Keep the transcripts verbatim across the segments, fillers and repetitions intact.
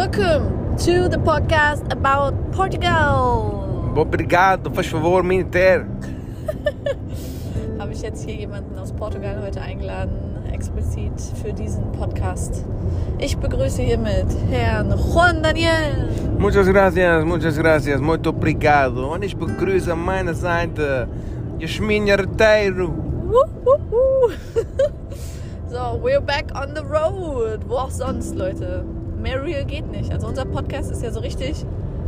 Welcome to the podcast about Portugal. Obrigado, faz favor, militar. Habe ich jetzt hier jemanden aus Portugal heute eingeladen, explizit für diesen Podcast. Ich begrüße hiermit Herrn Juan Daniel. Muchas gracias, muchas gracias, muito obrigado. Und ich begrüße an meiner Seite Jasmin Arteiro. So, we're back on the road. Wo auch sonst, Leute. Mehr real geht nicht. Also unser Podcast ist ja so richtig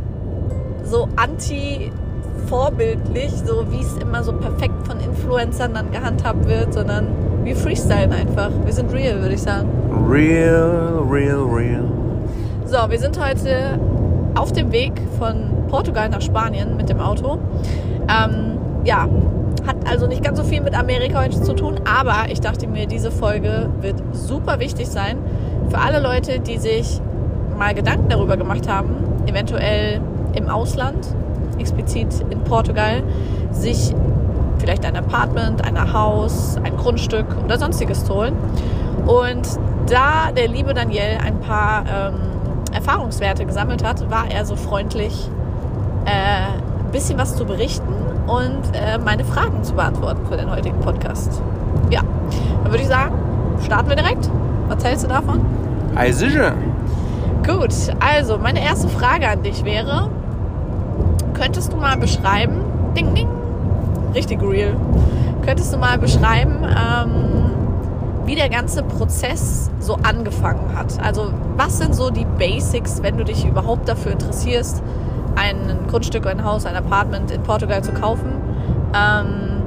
so anti-vorbildlich, so wie es immer so perfekt von Influencern dann gehandhabt wird, sondern wir freestylen einfach. Wir sind real, würde ich sagen. Real, real, real. So, wir sind heute auf dem Weg von Portugal nach Spanien mit dem Auto. Ähm, ja, hat also nicht ganz so viel mit Amerika heute zu tun, aber ich dachte mir, diese Folge wird super wichtig sein für alle Leute, die sich mal Gedanken darüber gemacht haben, eventuell im Ausland, explizit in Portugal, sich vielleicht ein Apartment, ein Haus, ein Grundstück oder sonstiges zu holen. Und da der liebe Daniel ein paar ähm, Erfahrungswerte gesammelt hat, war er so freundlich, äh, ein bisschen was zu berichten und äh, meine Fragen zu beantworten für den heutigen Podcast. Ja, dann würde ich sagen, starten wir direkt. Was hältst du davon? Ei, sicher. Gut, also meine erste Frage an dich wäre, könntest du mal beschreiben, ding, ding, richtig real, könntest du mal beschreiben, ähm, wie der ganze Prozess so angefangen hat? Also was sind so die Basics, wenn du dich überhaupt dafür interessierst, ein Grundstück, ein Haus, ein Apartment in Portugal zu kaufen? Ähm,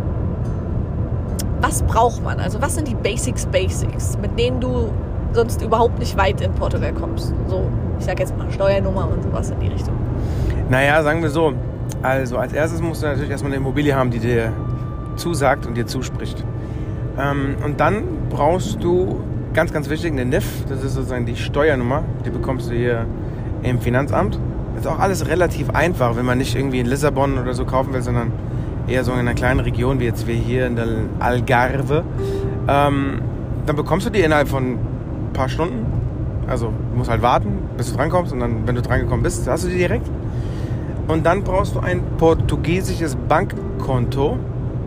was braucht man? Also was sind die Basics, Basics, mit denen du sonst überhaupt nicht weit in Portugal kommst? So, ich sag jetzt mal Steuernummer und sowas in die Richtung. Naja, sagen wir so. Also als erstes musst du natürlich erstmal eine Immobilie haben, die dir zusagt und dir zuspricht. Ähm, und dann brauchst du, ganz, ganz wichtig, eine N I F. Das ist sozusagen die Steuernummer. Die bekommst du hier im Finanzamt. Das ist auch alles relativ einfach, wenn man nicht irgendwie in Lissabon oder so kaufen will, sondern eher so in einer kleinen Region, wie jetzt wir hier in der Algarve. Ähm, dann bekommst du die innerhalb von ein paar Stunden. Also du musst halt warten, bis du drankommst, und dann, wenn du drangekommen bist, hast du die direkt. Und dann brauchst du ein portugiesisches Bankkonto.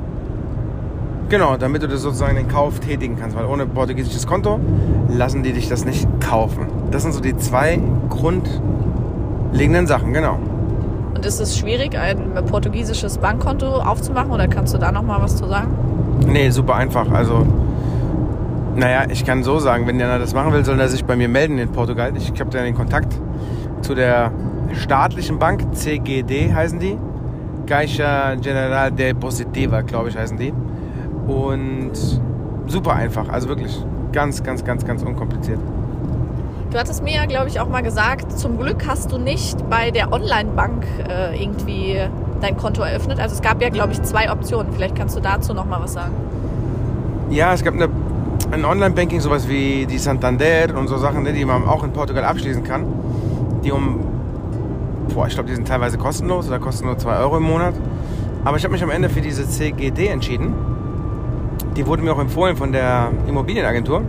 Genau, damit du das sozusagen den Kauf tätigen kannst, weil ohne portugiesisches Konto lassen die dich das nicht kaufen. Das sind so die zwei grundlegenden Sachen, genau. Und ist es schwierig, ein portugiesisches Bankkonto aufzumachen, oder kannst du da nochmal was zu sagen? Nee, super einfach. Also, naja, ich kann so sagen, wenn einer das machen will, soll er sich bei mir melden in Portugal. Ich habe da den Kontakt zu der staatlichen Bank, C G D heißen die. Caixa General Depositiva, glaube ich, heißen die. Und super einfach, also wirklich ganz, ganz, ganz, ganz unkompliziert. Du hattest mir ja, glaube ich, auch mal gesagt, zum Glück hast du nicht bei der Online-Bank äh, irgendwie dein Konto eröffnet. Also es gab ja, glaube ich, zwei Optionen. Vielleicht kannst du dazu noch mal was sagen. Ja, es gab eine, ein Online-Banking, sowas wie die Santander und so Sachen, die man auch in Portugal abschließen kann. Die um, boah, ich glaube, die sind teilweise kostenlos oder kosten nur zwei Euro im Monat. Aber ich habe mich am Ende für diese C G D entschieden. Die wurde mir auch empfohlen von der Immobilienagentur.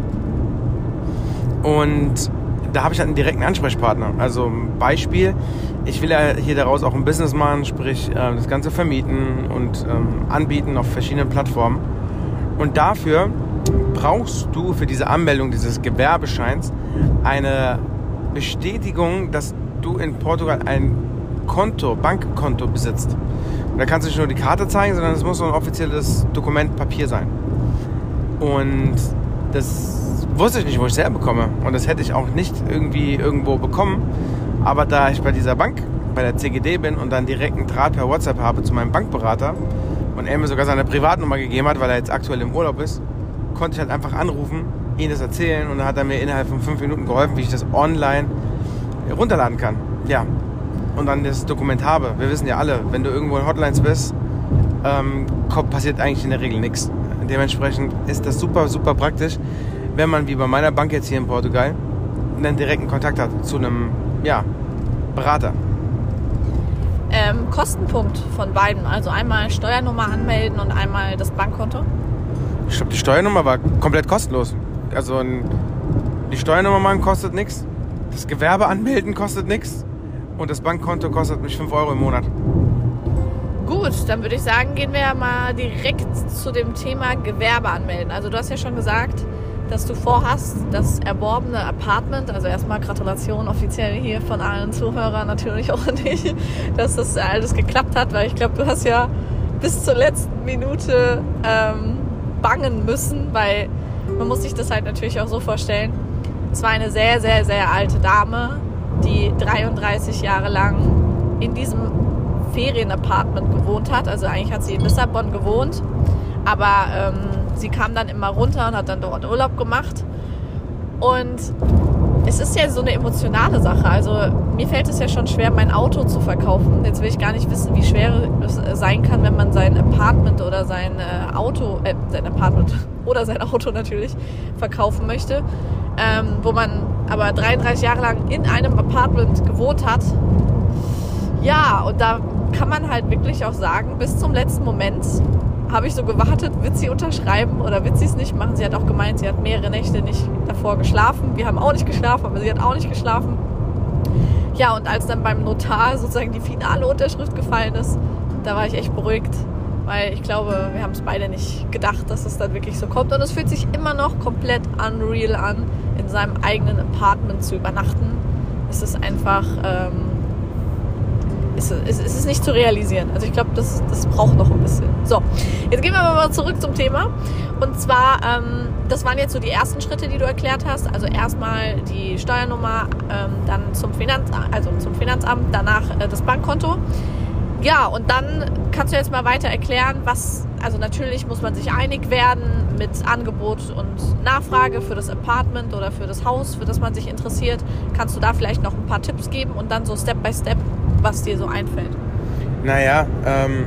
Und da habe ich halt einen direkten Ansprechpartner. Also Beispiel, ich will ja hier daraus auch ein Business machen, sprich äh, das Ganze vermieten und ähm, anbieten auf verschiedenen Plattformen. Und dafür brauchst du für diese Anmeldung dieses Gewerbescheins eine Bestätigung, dass du in Portugal ein Konto, Bankkonto besitzt. Und da kannst du nicht nur die Karte zeigen, sondern es muss so ein offizielles Dokument Papier sein. Und das wusste ich nicht, wo ich es herbekomme. Und das hätte ich auch nicht irgendwie irgendwo bekommen. Aber da ich bei dieser Bank, bei der C G D bin und dann direkt einen Draht per WhatsApp habe zu meinem Bankberater und er mir sogar seine Privatnummer gegeben hat, weil er jetzt aktuell im Urlaub ist, konnte ich halt einfach anrufen, ihm das erzählen, und dann hat er mir innerhalb von fünf Minuten geholfen, wie ich das online runterladen kann. Ja, und dann das Dokument habe. Wir wissen ja alle, wenn du irgendwo in Hotlines bist, ähm, passiert eigentlich in der Regel nichts. Dementsprechend ist das super, super praktisch, wenn man wie bei meiner Bank jetzt hier in Portugal einen direkten Kontakt hat zu einem, ja, Berater. Ähm, Kostenpunkt von beiden, also einmal Steuernummer anmelden und einmal das Bankkonto? Ich glaube, die Steuernummer war komplett kostenlos. Also die Steuernummer machen kostet nichts. Das Gewerbe anmelden kostet nichts und das Bankkonto kostet mich fünf Euro im Monat. Gut, dann würde ich sagen, gehen wir ja mal direkt zu dem Thema Gewerbe anmelden. Also du hast ja schon gesagt, dass du vorhast, das erworbene Apartment, also erstmal Gratulation offiziell hier von allen Zuhörern natürlich auch nicht, dass das alles geklappt hat, weil ich glaube, du hast ja bis zur letzten Minute ähm, bangen müssen, weil man muss sich das halt natürlich auch so vorstellen. Es war eine sehr, sehr, sehr alte Dame, die dreiunddreißig Jahre lang in diesem Ferienapartment gewohnt hat. Also eigentlich hat sie in Lissabon gewohnt, aber ähm, sie kam dann immer runter und hat dann dort Urlaub gemacht. Und es ist ja so eine emotionale Sache. Also mir fällt es ja schon schwer, mein Auto zu verkaufen. Jetzt will ich gar nicht wissen, wie schwer es sein kann, wenn man sein Apartment oder sein äh, Auto, äh, sein Apartment oder sein Auto natürlich verkaufen möchte. Ähm, wo man aber dreiunddreißig Jahre lang in einem Apartment gewohnt hat. Ja, und da kann man halt wirklich auch sagen, bis zum letzten Moment habe ich so gewartet, wird sie unterschreiben oder wird sie es nicht machen. Sie hat auch gemeint, sie hat mehrere Nächte nicht davor geschlafen. Wir haben auch nicht geschlafen, aber sie hat auch nicht geschlafen. Ja, und als dann beim Notar sozusagen die finale Unterschrift gefallen ist, da war ich echt beruhigt, weil ich glaube, wir haben es beide nicht gedacht, dass es dann wirklich so kommt. Und es fühlt sich immer noch komplett unreal an, in seinem eigenen Apartment zu übernachten. Es ist einfach... Ähm, Es ist nicht zu realisieren. Also ich glaube, das, das braucht noch ein bisschen. So, jetzt gehen wir mal zurück zum Thema. Und zwar, ähm, das waren jetzt so die ersten Schritte, die du erklärt hast. Also erstmal die Steuernummer, ähm, dann zum Finanzamt, also zum Finanzamt, danach äh, das Bankkonto. Ja, und dann kannst du jetzt mal weiter erklären, was, also natürlich muss man sich einig werden mit Angebot und Nachfrage für das Apartment oder für das Haus, für das man sich interessiert. Kannst du da vielleicht noch ein paar Tipps geben und dann so Step by Step, was dir so einfällt? Naja, ähm,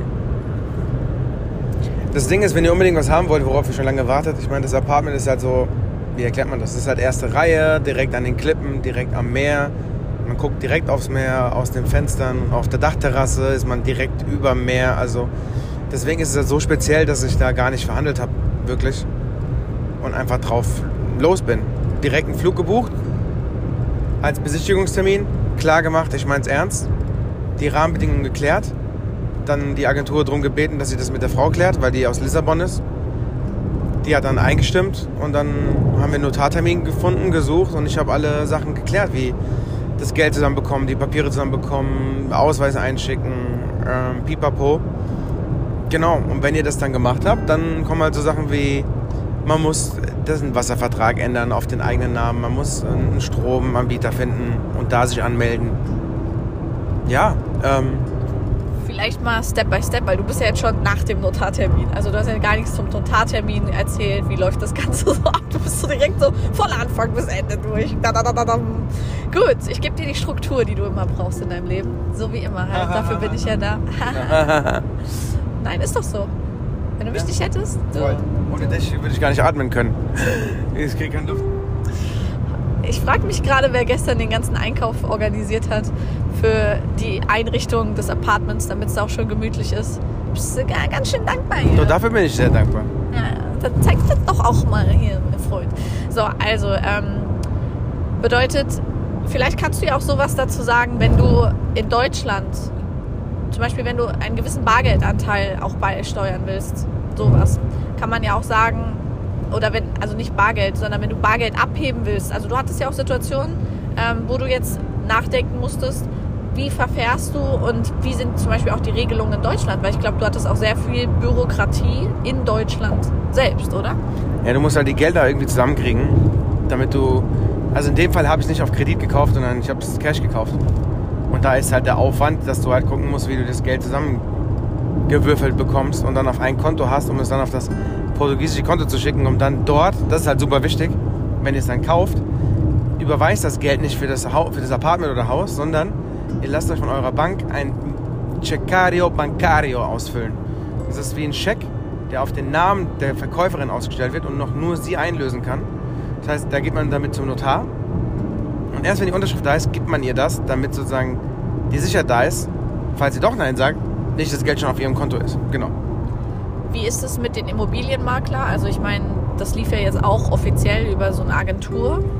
das Ding ist, wenn ihr unbedingt was haben wollt, worauf ihr schon lange wartet, ich meine, das Apartment ist halt so, wie erklärt man das? Das ist halt erste Reihe, direkt an den Klippen, direkt am Meer. Man guckt direkt aufs Meer, aus den Fenstern. Auf der Dachterrasse ist man direkt über Meer. Also deswegen ist es halt so speziell, dass ich da gar nicht verhandelt habe, wirklich. Und einfach drauf los bin. Direkt einen Flug gebucht, als Besichtigungstermin, klar gemacht, ich meine es ernst. Die Rahmenbedingungen geklärt. Dann die Agentur darum gebeten, dass sie das mit der Frau klärt, weil die aus Lissabon ist. Die hat dann eingestimmt und dann haben wir einen Notartermin gefunden, gesucht und ich habe alle Sachen geklärt, wie das Geld zusammenbekommen, die Papiere zusammenbekommen, Ausweis einschicken, ähm, pipapo. Genau, und wenn ihr das dann gemacht habt, dann kommen halt so Sachen wie, man muss den Wasservertrag ändern auf den eigenen Namen, man muss einen Stromanbieter finden und da sich anmelden. Ja, ähm... Vielleicht mal Step by Step, weil du bist ja jetzt schon nach dem Notartermin. Also du hast ja gar nichts zum Notartermin erzählt. Wie läuft das Ganze so ab? Du bist so direkt so von Anfang bis Ende durch. Da, da, da, da, da. Gut, ich gebe dir die Struktur, die du immer brauchst in deinem Leben. So wie immer halt. Dafür bin ich ja da. Nein, ist doch so. Wenn du mich ja nicht hättest. So. Ohne dich würde ich gar nicht atmen können. Ich kriege keine Luft. Ich frage mich gerade, wer gestern den ganzen Einkauf organisiert hat für die Einrichtung des Apartments, damit es auch schön gemütlich ist. Du bist ganz schön dankbar hier. So, dafür bin ich sehr dankbar. Ja, dann zeig das doch auch mal hier, mein Freund. So, also, ähm, bedeutet, vielleicht kannst du ja auch sowas dazu sagen, wenn du in Deutschland, zum Beispiel wenn du einen gewissen Bargeldanteil auch beisteuern willst, sowas, kann man ja auch sagen, oder wenn, also nicht Bargeld, sondern wenn du Bargeld abheben willst. Also du hattest ja auch Situationen, ähm, wo du jetzt nachdenken musstest, wie verfährst du und wie sind zum Beispiel auch die Regelungen in Deutschland? Weil ich glaube, du hattest auch sehr viel Bürokratie in Deutschland selbst, oder? Ja, du musst halt die Gelder irgendwie zusammenkriegen, damit du... Also in dem Fall habe ich es nicht auf Kredit gekauft, sondern ich habe es Cash gekauft. Und da ist halt der Aufwand, dass du halt gucken musst, wie du das Geld zusammengewürfelt bekommst und dann auf ein Konto hast, um es dann auf das portugiesische Konto zu schicken, um dann dort, das ist halt super wichtig, wenn ihr es dann kauft, überweist das Geld nicht für das, für das Apartment oder Haus, sondern ihr lasst euch von eurer Bank ein Checario Bancario ausfüllen. Das ist wie ein Scheck, der auf den Namen der Verkäuferin ausgestellt wird und noch nur sie einlösen kann. Das heißt, da geht man damit zum Notar und erst wenn die Unterschrift da ist, gibt man ihr das, damit sozusagen die Sicherheit da ist, falls sie doch Nein sagt, nicht das Geld schon auf ihrem Konto ist. Genau. Wie ist es mit den Immobilienmakler? Also ich meine, das lief ja jetzt auch offiziell über so eine Agentur.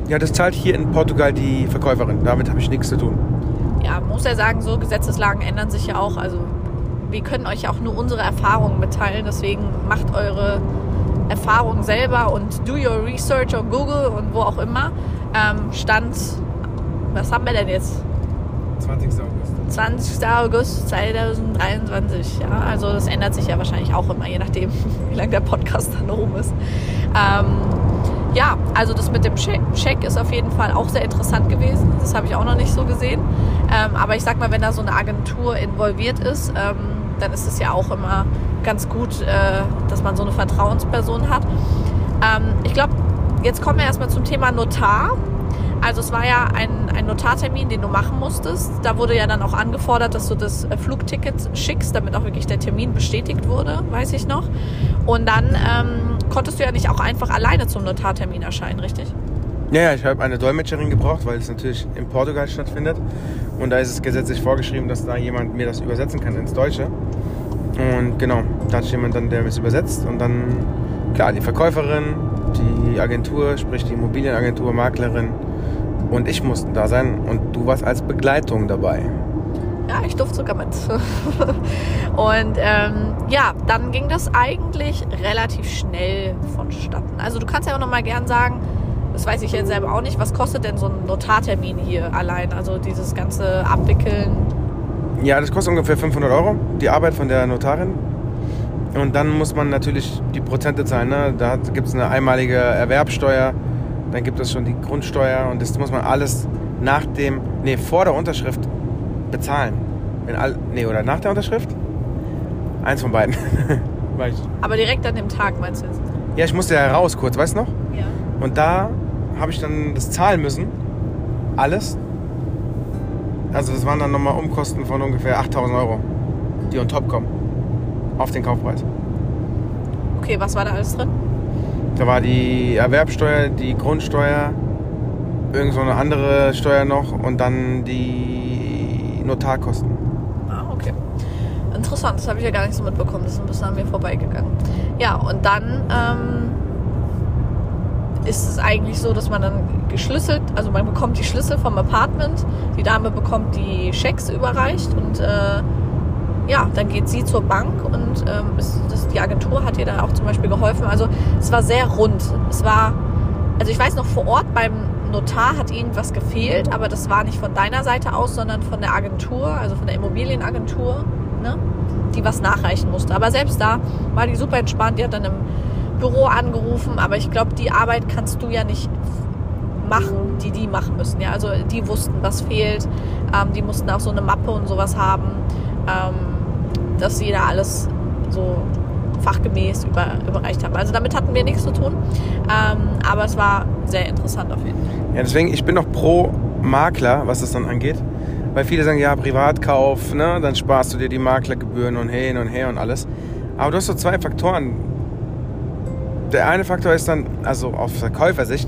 Ja, das zahlt hier in Portugal die Verkäuferin. Damit habe ich nichts zu tun. Ja, man muss ja sagen, so Gesetzeslagen ändern sich ja auch. Also wir können euch auch nur unsere Erfahrungen mitteilen. Deswegen macht eure Erfahrungen selber und do your research on Google und wo auch immer. Ähm, Stand, was haben wir denn jetzt? zwanzigster August. zwanzigster August zweitausenddreiundzwanzig. Ja, also das ändert sich ja wahrscheinlich auch immer, je nachdem, wie lange der Podcast dann rum ist. Ähm, ja, also das mit dem Scheck ist auf jeden Fall auch sehr interessant gewesen. Das habe ich auch noch nicht so gesehen. Ähm, aber ich sag mal, wenn da so eine Agentur involviert ist, ähm, dann ist es ja auch immer ganz gut, äh, dass man so eine Vertrauensperson hat. Ähm, ich glaube, jetzt kommen wir erstmal zum Thema Notar. Also es war ja ein, ein Notartermin, den du machen musstest. Da wurde ja dann auch angefordert, dass du das Flugticket schickst, damit auch wirklich der Termin bestätigt wurde, weiß ich noch. Und dann ähm, konntest du ja nicht auch einfach alleine zum Notartermin erscheinen, richtig? Ja, ja, ich habe eine Dolmetscherin gebraucht, weil es natürlich in Portugal stattfindet. Und da ist es gesetzlich vorgeschrieben, dass da jemand mir das übersetzen kann ins Deutsche. Und genau, da hat jemand dann, der es übersetzt. Und dann, klar, die Verkäuferin, die Agentur, sprich die Immobilienagentur, Maklerin und ich mussten da sein. Und du warst als Begleitung dabei. Ja, ich durfte sogar mit. Und ähm, ja, dann ging das eigentlich relativ schnell vonstatten. Also du kannst ja auch noch mal gern sagen, das weiß ich jetzt selber auch nicht, was kostet denn so ein Notartermin hier allein? Also dieses ganze Abwickeln. Ja, das kostet ungefähr fünfhundert Euro, die Arbeit von der Notarin. Und dann muss man natürlich die Prozente zahlen. Ne? Da gibt es eine einmalige Erwerbsteuer, dann gibt es schon die Grundsteuer und das muss man alles nach dem, nee, vor der Unterschrift bezahlen. Wenn all, nee, oder nach der Unterschrift? Eins von beiden. Aber direkt an dem Tag, meinst du jetzt? Ja, ich musste ja raus kurz, weißt du noch? Ja. Und da habe ich dann das zahlen müssen. Alles. Also das waren dann nochmal Umkosten von ungefähr achttausend Euro, die on top kommen. Auf den Kaufpreis. Okay, was war da alles drin? Da war die Erwerbsteuer, die Grundsteuer, irgend so eine andere Steuer noch und dann die Notarkosten. Ah, okay. Interessant, das habe ich ja gar nicht so mitbekommen. Das ist ein bisschen an mir vorbeigegangen. Ja, und dann ähm, ist es eigentlich so, dass man dann geschlüsselt, also man bekommt die Schlüssel vom Apartment, die Dame bekommt die Schecks überreicht und äh, ja, dann geht sie zur Bank und ähm, ist, das, die Agentur hat ihr da auch zum Beispiel geholfen. Also es war sehr rund. Es war, also ich weiß noch, vor Ort beim Notar hat ihnen was gefehlt, aber das war nicht von deiner Seite aus, sondern von der Agentur, also von der Immobilienagentur, ne, die was nachreichen musste. Aber selbst da war die super entspannt, die hat dann im Büro angerufen, aber ich glaube, die Arbeit kannst du ja nicht machen, die die machen müssen. Ja? Also die wussten, was fehlt, ähm, die mussten auch so eine Mappe und sowas haben, ähm, dass sie da alles so fachgemäß über, überreicht haben. Also damit hatten wir nichts zu tun, ähm, aber es war sehr interessant auf jeden Fall. Ja, deswegen, ich bin noch pro Makler, was das dann angeht, weil viele sagen, ja, Privatkauf, ne, dann sparst du dir die Maklergebühren und hin und her und alles. Aber du hast so zwei Faktoren. Der eine Faktor ist dann, also aus Verkäufersicht,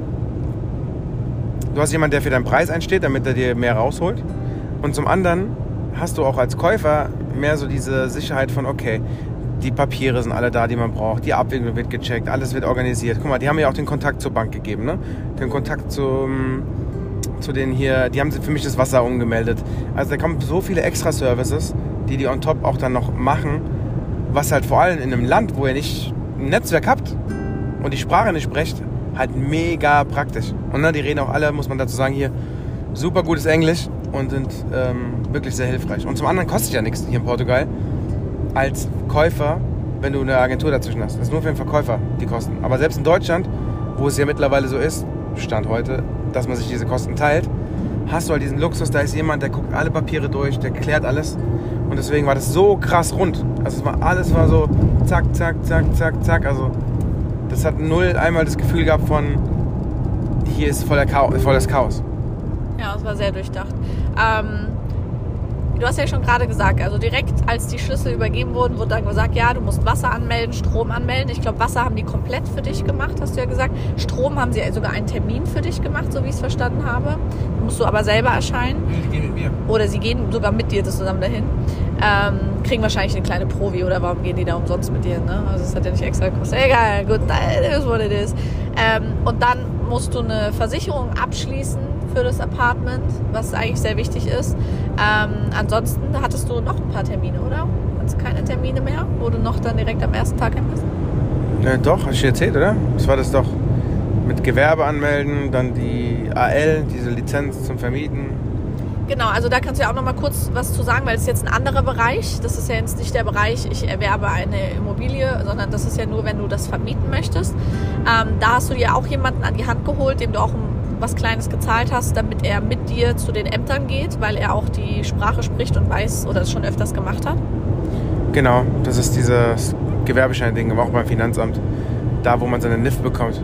du hast jemanden, der für deinen Preis einsteht, damit er dir mehr rausholt. Und zum anderen hast du auch als Käufer mehr so diese Sicherheit von, okay, die Papiere sind alle da, die man braucht, die Abwicklung wird gecheckt, alles wird organisiert. Guck mal, die haben ja auch den Kontakt zur Bank gegeben, ne? Den Kontakt zum, zu denen hier, die haben für mich das Wasser umgemeldet. Also da kommen so viele Extra-Services, die die on top auch dann noch machen, was halt vor allem in einem Land, wo ihr nicht ein Netzwerk habt und die Sprache nicht sprecht, halt mega praktisch. Und ne, die reden auch alle, muss man dazu sagen, hier super gutes Englisch und sind ähm, wirklich sehr hilfreich. Und zum anderen kostet ja nichts hier in Portugal als Käufer, wenn du eine Agentur dazwischen hast. Das ist nur für den Verkäufer die Kosten. Aber selbst in Deutschland, wo es ja mittlerweile so ist, Stand heute, dass man sich diese Kosten teilt, hast du halt diesen Luxus, da ist jemand, der guckt alle Papiere durch, der klärt alles. Und deswegen war das so krass rund. Also es war, alles war so zack, zack, zack, zack, zack. Also das hat null einmal das Gefühl gehabt von, hier ist voller Chaos, volles Chaos. Ja, es war sehr durchdacht. Ähm, du hast ja schon gerade gesagt, also direkt als die Schlüssel übergeben wurden, wurde dann gesagt, ja, du musst Wasser anmelden, Strom anmelden. Ich glaube, Wasser haben die komplett für dich gemacht, hast du ja gesagt. Strom haben sie sogar einen Termin für dich gemacht, so wie ich es verstanden habe. Da musst du aber selber erscheinen. Die gehen mit mir. Oder sie gehen sogar mit dir zusammen dahin. Ähm, kriegen wahrscheinlich eine kleine Provi oder warum gehen die da umsonst mit dir? Ne? Also es hat ja nicht extra gekostet. Egal, gut, that is what it is. Ähm, und dann musst du eine Versicherung abschließen für das Apartment, was eigentlich sehr wichtig ist. Ähm, ansonsten hattest du noch ein paar Termine, oder? Hattest du keine Termine mehr, wo du noch dann direkt am ersten Tag hin bist? Ja, doch, hast du dir erzählt, oder? Das war das doch mit Gewerbe anmelden, dann die A L, diese Lizenz zum Vermieten. Genau, also da kannst du ja auch noch mal kurz was zu sagen, weil es ist jetzt ein anderer Bereich. Das ist ja jetzt nicht der Bereich, ich erwerbe eine Immobilie, sondern das ist ja nur, wenn du das vermieten möchtest. Ähm, da hast du dir auch jemanden an die Hand geholt, dem du auch was Kleines gezahlt hast, damit er mit dir zu den Ämtern geht, weil er auch die Sprache spricht und weiß oder es schon öfters gemacht hat. Genau, das ist dieses Gewerbeschein-Ding, aber auch beim Finanzamt. Da, wo man seine N I F bekommt.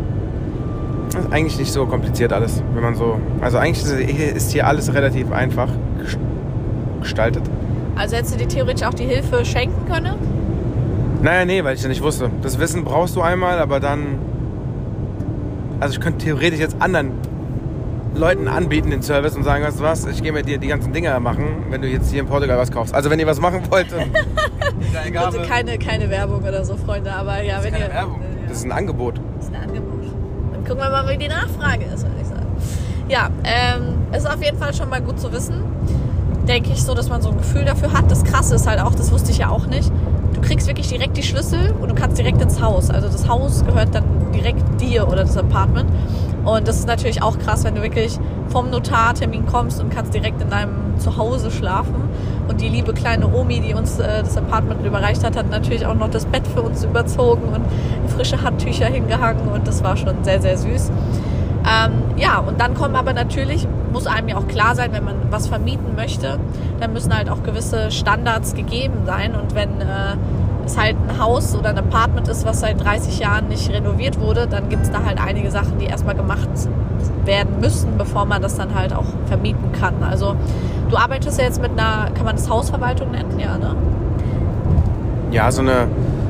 Das ist eigentlich nicht so kompliziert alles, wenn man so... Also eigentlich ist hier alles relativ einfach gestaltet. Also hättest du dir theoretisch auch die Hilfe schenken können? Naja, nee, weil ich ja nicht wusste. Das Wissen brauchst du einmal, aber dann... Also ich könnte theoretisch jetzt anderen Leuten anbieten, den Service, und sagen, weißt du was, ich gehe mit dir die ganzen Dinger machen, wenn du jetzt hier in Portugal was kaufst. Also wenn ihr was machen wollt... Also keine, keine Werbung oder so, Freunde, aber ja, das wenn ist keine ihr... Werbung. Ja. Das ist ein Angebot. Das ist ein Angebot. Dann gucken wir mal, wie die Nachfrage ist, würde ich sagen. Ja, ähm, ist auf jeden Fall schon mal gut zu wissen. Denke ich so, dass man so ein Gefühl dafür hat. Das Krasse ist halt auch, das wusste ich ja auch nicht, du kriegst wirklich direkt die Schlüssel und du kannst direkt ins Haus. Also das Haus gehört dann direkt dir oder das Apartment. Und das ist natürlich auch krass, wenn du wirklich vom Notartermin kommst und kannst direkt in deinem Zuhause schlafen. Und die liebe kleine Omi, die uns äh, das Apartment überreicht hat, hat natürlich auch noch das Bett für uns überzogen und frische Handtücher hingehangen. Und das war schon sehr, sehr süß. Ähm, ja, und dann kommen aber natürlich, muss einem ja auch klar sein, wenn man was vermieten möchte, dann müssen halt auch gewisse Standards gegeben sein. Und wenn äh, es halt ein Haus oder ein Apartment ist, was seit dreißig Jahren nicht renoviert wurde, dann gibt es da halt einige Sachen, die erstmal gemacht werden müssen, bevor man das dann halt auch vermieten kann. Also du arbeitest ja jetzt mit einer, kann man das Hausverwaltung nennen? Ja, ne? Ja, so eine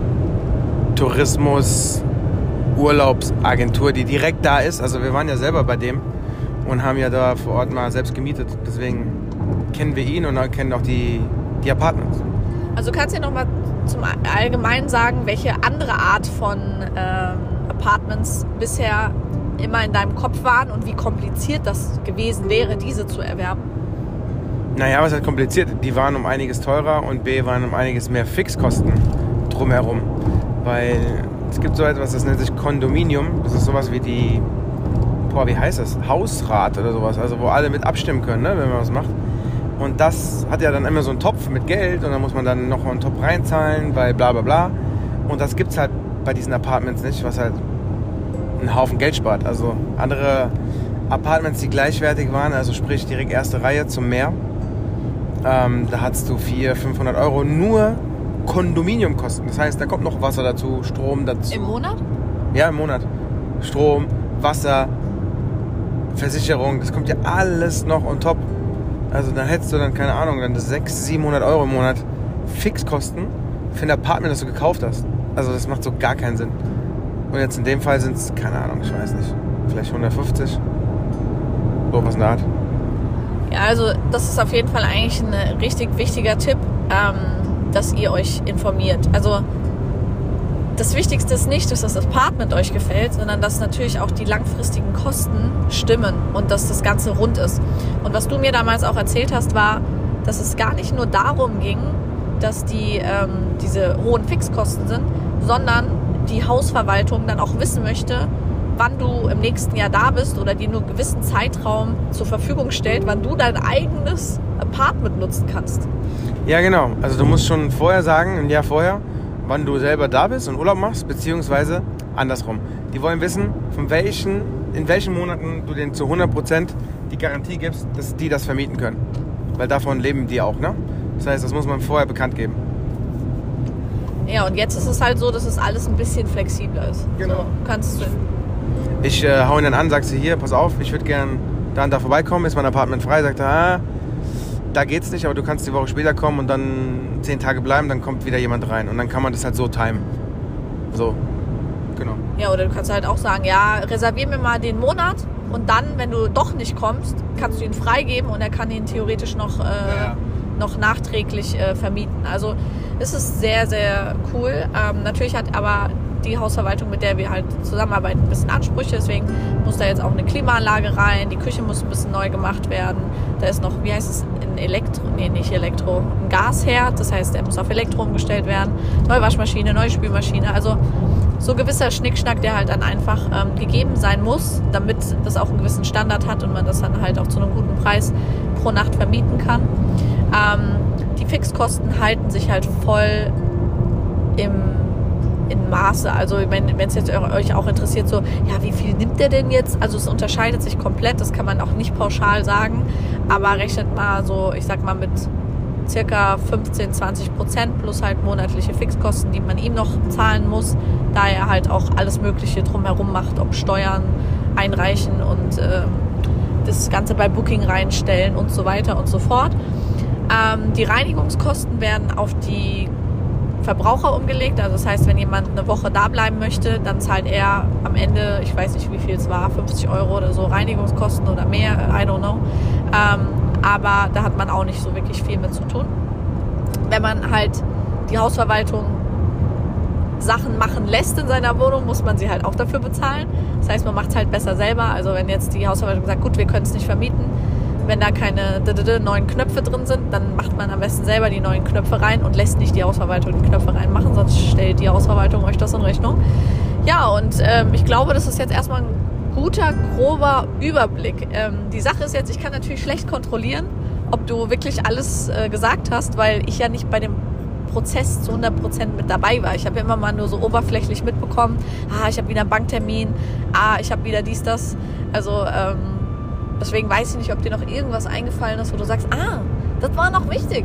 Tourismus-Urlaubsagentur, die direkt da ist. Also wir waren ja selber bei dem und haben ja da vor Ort mal selbst gemietet. Deswegen kennen wir ihn und dann kennen auch die, die Apartments. Also du kannst ja nochmal zum Allgemeinen sagen, welche andere Art von ähm, Apartments bisher immer in deinem Kopf waren und wie kompliziert das gewesen wäre, diese zu erwerben? Naja, was heißt kompliziert? Die waren um einiges teurer und B waren um einiges mehr Fixkosten drumherum. Weil es gibt so etwas, das nennt sich Kondominium. Das ist sowas wie die, boah, wie heißt das? Hausrat oder sowas. Also wo alle mit abstimmen können, ne, wenn man was macht. Und das hat ja dann immer so einen Topf mit Geld und dann muss man dann noch einen Topf reinzahlen, weil bla bla bla. Und das gibt's halt bei diesen Apartments nicht, was halt einen Haufen Geld spart. Also andere Apartments, die gleichwertig waren, also sprich direkt erste Reihe zum Meer, ähm, da hattest du vierhundert, fünfhundert Euro nur Kondominiumkosten. Das heißt, da kommt noch Wasser dazu, Strom dazu. Im Monat? Ja, im Monat. Strom, Wasser, Versicherung, das kommt ja alles noch on top. Also dann hättest du dann, keine Ahnung, dann sechshundert, siebenhundert Euro im Monat Fixkosten für ein Apartment, das du gekauft hast. Also das macht so gar keinen Sinn. Und jetzt in dem Fall sind es, keine Ahnung, ich weiß nicht, vielleicht hundertfünfzig. So was in der Art. Ja, also das ist auf jeden Fall eigentlich ein richtig wichtiger Tipp, ähm, dass ihr euch informiert. Also das Wichtigste ist nicht, dass das Apartment euch gefällt, sondern dass natürlich auch die langfristigen Kosten stimmen und dass das Ganze rund ist. Und was du mir damals auch erzählt hast, war, dass es gar nicht nur darum ging, dass die ähm, diese hohen Fixkosten sind, sondern die Hausverwaltung dann auch wissen möchte, wann du im nächsten Jahr da bist oder dir nur einen gewissen Zeitraum zur Verfügung stellt, wann du dein eigenes Apartment nutzen kannst. Ja, genau. Also du musst schon vorher sagen, ein Jahr vorher, wann du selber da bist und Urlaub machst, beziehungsweise andersrum. Die wollen wissen, von welchen, in welchen Monaten du denen zu hundert Prozent die Garantie gibst, dass die das vermieten können. Weil davon leben die auch, ne? Das heißt, das muss man vorher bekannt geben. Ja, und jetzt ist es halt so, dass es alles ein bisschen flexibler ist. Genau. So, kannst du... Ich äh, hau ihn dann an, sagst du, hier, pass auf, ich würde gern da und da vorbeikommen, ist mein Apartment frei, sagt er, ah, da geht's nicht, aber du kannst die Woche später kommen und dann zehn Tage bleiben, dann kommt wieder jemand rein und dann kann man das halt so timen. So, genau. Ja, oder du kannst halt auch sagen, ja, reservier mir mal den Monat und dann, wenn du doch nicht kommst, kannst du ihn freigeben und er kann ihn theoretisch noch, äh, ja. noch nachträglich äh, vermieten. Also es ist sehr, sehr cool. Ähm, natürlich hat aber die Hausverwaltung, mit der wir halt zusammenarbeiten, ein bisschen Ansprüche. Deswegen muss da jetzt auch eine Klimaanlage rein. Die Küche muss ein bisschen neu gemacht werden. Da ist noch, wie heißt es, ein Elektro, nee, nicht Elektro, ein Gasherd. Das heißt, er muss auf Elektro umgestellt werden. Neue Waschmaschine, neue Spülmaschine. Also so gewisser Schnickschnack, der halt dann einfach ähm, gegeben sein muss, damit das auch einen gewissen Standard hat und man das dann halt auch zu einem guten Preis pro Nacht vermieten kann. Ähm, die Fixkosten halten sich halt voll im, in Maße. Also wenn es jetzt euch auch interessiert, so, ja, wie viel nimmt der denn jetzt? Also es unterscheidet sich komplett, das kann man auch nicht pauschal sagen, aber rechnet mal so, ich sag mal mit circa fünfzehn, zwanzig Prozent plus halt monatliche Fixkosten, die man ihm noch zahlen muss, da er halt auch alles Mögliche drumherum macht, ob Steuern einreichen und ähm, das Ganze bei Booking reinstellen und so weiter und so fort. Ähm, die Reinigungskosten werden auf die Verbraucher umgelegt, also das heißt, wenn jemand eine Woche da bleiben möchte, dann zahlt er am Ende, ich weiß nicht, wie viel es war, fünfzig Euro oder so Reinigungskosten oder mehr, I don't know. Ähm, aber da hat man auch nicht so wirklich viel mit zu tun. Wenn man halt die Hausverwaltung Sachen machen lässt in seiner Wohnung, muss man sie halt auch dafür bezahlen. Das heißt, man macht es halt besser selber. Also wenn jetzt die Hausverwaltung sagt, gut, wir können es nicht vermieten, wenn da keine neuen Knöpfe drin sind, dann macht man am besten selber die neuen Knöpfe rein und lässt nicht die Hausverwaltung die Knöpfe reinmachen, sonst stellt die Hausverwaltung euch das in Rechnung. Ja, und ähm, ich glaube, das ist jetzt erstmal ein guter, grober Überblick. Ähm, die Sache ist jetzt, ich kann natürlich schlecht kontrollieren, ob du wirklich alles äh, gesagt hast, weil ich ja nicht bei dem Prozess zu hundert Prozent mit dabei war. Ich habe ja immer mal nur so oberflächlich mitbekommen, ah, ich habe wieder einen Banktermin, ah, ich habe wieder dies, das. Also ähm, deswegen weiß ich nicht, ob dir noch irgendwas eingefallen ist, wo du sagst, ah, das war noch wichtig.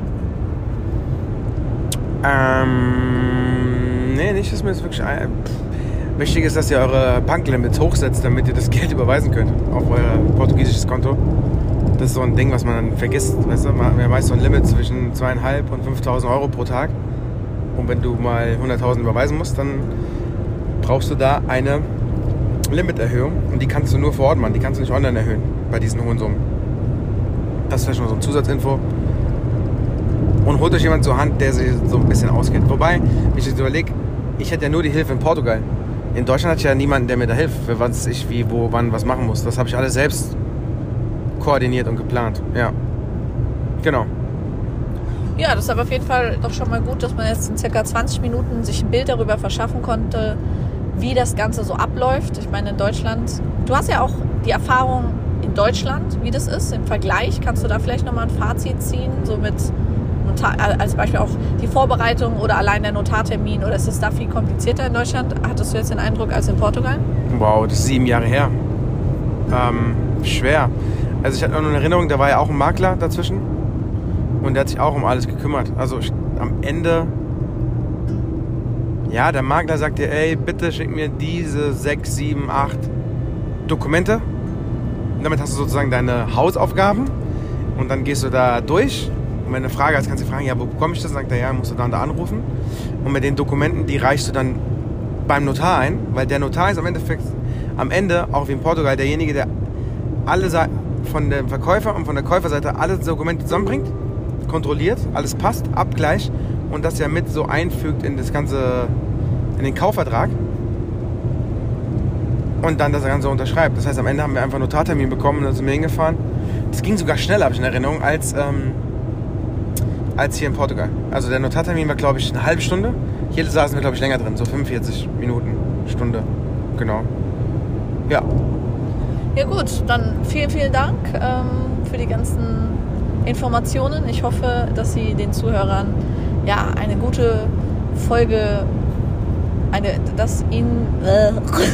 Ähm, nee, nicht, dass mir das wirklich... Ein, wichtig ist, dass ihr eure Banklimits hochsetzt, damit ihr das Geld überweisen könnt auf euer portugiesisches Konto. Das ist so ein Ding, was man dann vergisst. Weißt du, man hat meist so ein Limit zwischen zweitausendfünfhundert und fünftausend Euro pro Tag. Und wenn du mal hunderttausend überweisen musst, dann brauchst du da eine Limiterhöhung. Und die kannst du nur vor Ort machen, die kannst du nicht online erhöhen bei diesen hohen Summen. Das ist vielleicht noch so eine Zusatzinfo. Und holt euch jemand zur Hand, der sich so ein bisschen auskennt. Wobei, wenn ich jetzt überlege, ich hätte ja nur die Hilfe in Portugal. In Deutschland hatte ich ja niemanden, der mir da hilft, für was ich wie, wo, wann, was machen muss. Das habe ich alles selbst koordiniert und geplant. Ja, genau. Ja, das ist aber auf jeden Fall doch schon mal gut, dass man jetzt in circa zwanzig Minuten sich ein Bild darüber verschaffen konnte, wie das Ganze so abläuft. Ich meine, in Deutschland, du hast ja auch die Erfahrung in Deutschland, wie das ist, im Vergleich. Kannst du da vielleicht nochmal ein Fazit ziehen, so mit Notar, als Beispiel auch die Vorbereitung oder allein der Notartermin, oder ist es da viel komplizierter in Deutschland? Hattest du jetzt den Eindruck als in Portugal? Wow, das ist sieben Jahre her. Ähm, schwer. Also ich hatte noch eine Erinnerung, da war ja auch ein Makler dazwischen und der hat sich auch um alles gekümmert. Also ich, am Ende, ja, der Makler sagt dir, ey, bitte schick mir diese sechs, sieben, acht Dokumente. Und damit hast du sozusagen deine Hausaufgaben und dann gehst du da durch. Und wenn du eine Frage hast, kannst du fragen, ja, wo bekomme ich das? Dann sagt er, ja, musst du da und da anrufen. Und mit den Dokumenten, die reichst du dann beim Notar ein, weil der Notar ist am Endeffekt, am Ende, auch wie in Portugal, derjenige, der alle von dem Verkäufer und von der Käuferseite alle Dokumente zusammenbringt, kontrolliert, alles passt, abgleicht und das ja mit so einfügt in das ganze, in den Kaufvertrag und dann das Ganze unterschreibt. Das heißt, am Ende haben wir einfach einen Notartermin bekommen und dann sind wir hingefahren. Das ging sogar schneller, habe ich in Erinnerung, als... Ähm, als hier in Portugal. Also der Notartermin war, glaube ich, eine halbe Stunde. Hier saßen wir, glaube ich, länger drin, so fünfundvierzig Minuten, Stunde. Genau. Ja. Ja gut, dann vielen, vielen Dank ähm, für die ganzen Informationen. Ich hoffe, dass Sie den Zuhörern ja eine gute Folge, eine, dass Ihnen, äh,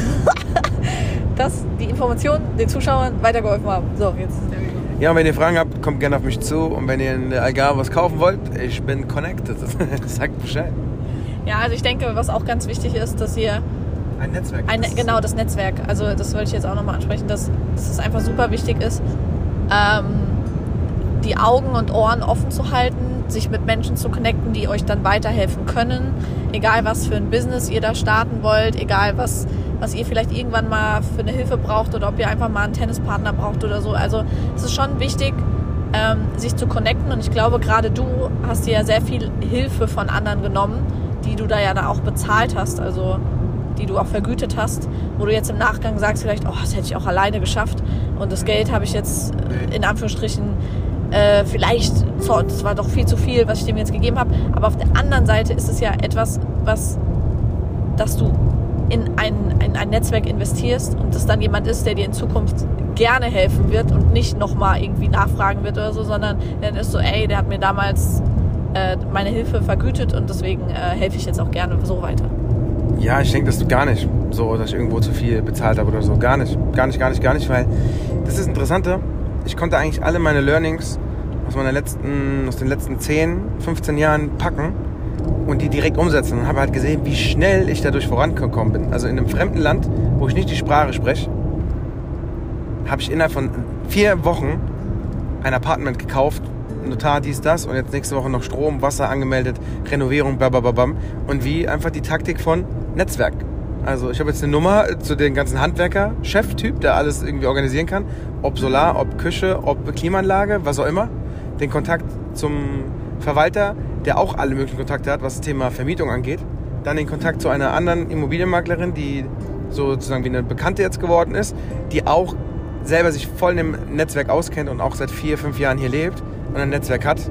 dass die Informationen den Zuschauern weitergeholfen haben. So, jetzt ist der Video. Ja, und wenn ihr Fragen habt, kommt gerne auf mich zu. Und wenn ihr in der Algarve was kaufen wollt, ich bin connected. Sagt Bescheid. Ja, also ich denke, was auch ganz wichtig ist, dass ihr... Ein Netzwerk. Ein, genau, das Netzwerk. Also das wollte ich jetzt auch nochmal ansprechen, dass, dass es einfach super wichtig ist, ähm, die Augen und Ohren offen zu halten, sich mit Menschen zu connecten, die euch dann weiterhelfen können. Egal, was für ein Business ihr da starten wollt, egal, was... was ihr vielleicht irgendwann mal für eine Hilfe braucht oder ob ihr einfach mal einen Tennispartner braucht oder so. Also es ist schon wichtig, ähm, sich zu connecten und ich glaube, gerade du hast dir ja sehr viel Hilfe von anderen genommen, die du da ja da auch bezahlt hast. Also die du auch vergütet hast, wo du jetzt im Nachgang sagst vielleicht, oh, das hätte ich auch alleine geschafft und das Geld habe ich jetzt in Anführungsstrichen äh, vielleicht, das war doch viel zu viel, was ich dem jetzt gegeben habe, aber auf der anderen Seite ist es ja etwas, was, dass du in ein, in ein Netzwerk investierst und das dann jemand ist, der dir in Zukunft gerne helfen wird und nicht nochmal irgendwie nachfragen wird oder so, sondern dann ist so, ey, der hat mir damals äh, meine Hilfe vergütet und deswegen äh, helfe ich jetzt auch gerne so weiter. Ja, ich denke, dass du gar nicht so, dass ich irgendwo zu viel bezahlt habe oder so. Gar nicht. Gar nicht, gar nicht, gar nicht, weil das ist das Interessante. Ich konnte eigentlich alle meine Learnings aus meiner letzten, aus den letzten zehn, fünfzehn Jahren packen und die direkt umsetzen und habe halt gesehen, wie schnell ich dadurch vorangekommen bin. Also in einem fremden Land, wo ich nicht die Sprache spreche, habe ich innerhalb von vier Wochen ein Apartment gekauft, Notar, dies, das und jetzt nächste Woche noch Strom, Wasser angemeldet, Renovierung, blablabla. Und wie einfach die Taktik von Netzwerk. Also ich habe jetzt eine Nummer zu den ganzen Handwerker-Chef-Typ, der alles irgendwie organisieren kann. Ob Solar, ob Küche, ob Klimaanlage, was auch immer. Den Kontakt zum Verwalter, der auch alle möglichen Kontakte hat, was das Thema Vermietung angeht. Dann den Kontakt zu einer anderen Immobilienmaklerin, die sozusagen wie eine Bekannte jetzt geworden ist, die auch selber sich voll in dem Netzwerk auskennt und auch seit vier, fünf Jahren hier lebt und ein Netzwerk hat.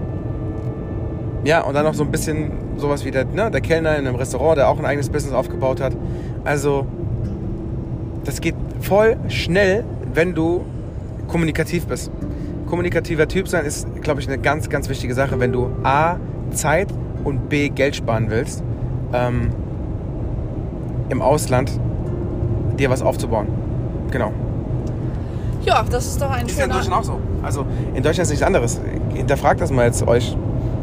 Ja, und dann noch so ein bisschen sowas wie der, ne, der Kellner in einem Restaurant, der auch ein eigenes Business aufgebaut hat. Also, das geht voll schnell, wenn du kommunikativ bist. Kommunikativer Typ sein ist, glaube ich, eine ganz, ganz wichtige Sache, wenn du A, Zeit und B, Geld sparen willst, ähm, im Ausland dir was aufzubauen. Genau. Ja, das ist doch ein ist ja in schöner... Deutschland auch so. Also in Deutschland ist nichts anderes. Hinterfragt das mal jetzt euch.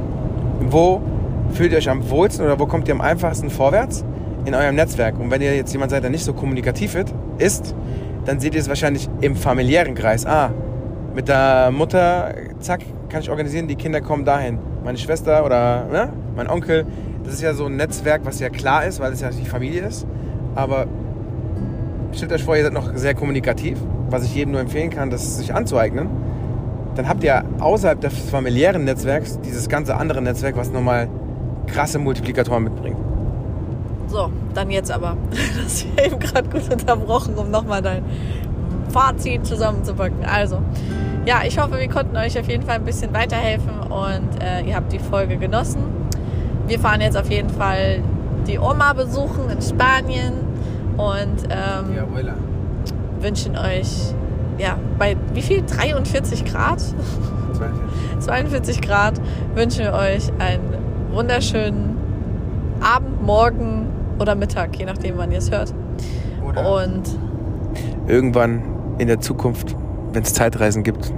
Wo fühlt ihr euch am wohlsten oder wo kommt ihr am einfachsten vorwärts? In eurem Netzwerk. Und wenn ihr jetzt jemand seid, der nicht so kommunikativ ist, dann seht ihr es wahrscheinlich im familiären Kreis. Ah, mit der Mutter, zack, kann ich organisieren, die Kinder kommen dahin. Meine Schwester oder ne, mein Onkel. Das ist ja so ein Netzwerk, was ja klar ist, weil es ja die Familie ist. Aber stellt euch vor, ihr seid noch sehr kommunikativ, was ich jedem nur empfehlen kann, das sich anzueignen. Dann habt ihr außerhalb des familiären Netzwerks dieses ganze andere Netzwerk, was nochmal krasse Multiplikatoren mitbringt. So, dann jetzt aber. Das ist eben gerade gut unterbrochen, um nochmal dein Fazit zusammenzupacken. Also, ja, ich hoffe, wir konnten euch auf jeden Fall ein bisschen weiterhelfen und äh, ihr habt die Folge genossen. Wir fahren jetzt auf jeden Fall die Oma besuchen in Spanien und ähm, ja, wünschen euch, ja, bei wie viel? dreiundvierzig Grad? zweiundvierzig. zweiundvierzig Grad wünschen wir euch einen wunderschönen Abend, Morgen oder Mittag, je nachdem, wann ihr es hört. Oder und irgendwann in der Zukunft, wenn es Zeitreisen gibt,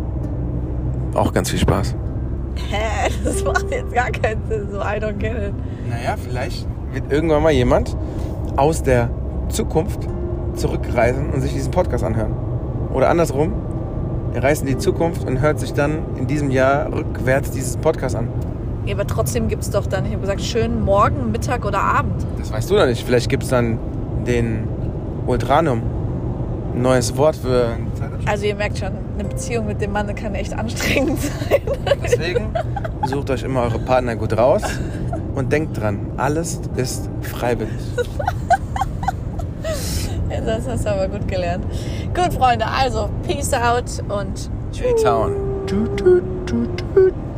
auch ganz viel Spaß. Hä? Das macht jetzt gar keinen Sinn, so I don't get it. Naja, vielleicht wird irgendwann mal jemand aus der Zukunft zurückreisen und sich diesen Podcast anhören. Oder andersrum, er reist in die Zukunft und hört sich dann in diesem Jahr rückwärts dieses Podcast an. Ja, aber trotzdem gibt es doch dann, ich habe gesagt, schönen Morgen, Mittag oder Abend. Das weißt du doch nicht. Vielleicht gibt es dann den Ultranum. Ein neues Wort für einen Zeitabschnitt. Also ihr merkt schon, eine Beziehung mit dem Mann kann echt anstrengend sein. Deswegen sucht euch immer eure Partner gut raus und denkt dran, alles ist freiwillig. Ja, das hast du aber gut gelernt. Gut, Freunde, also Peace out und J-Town.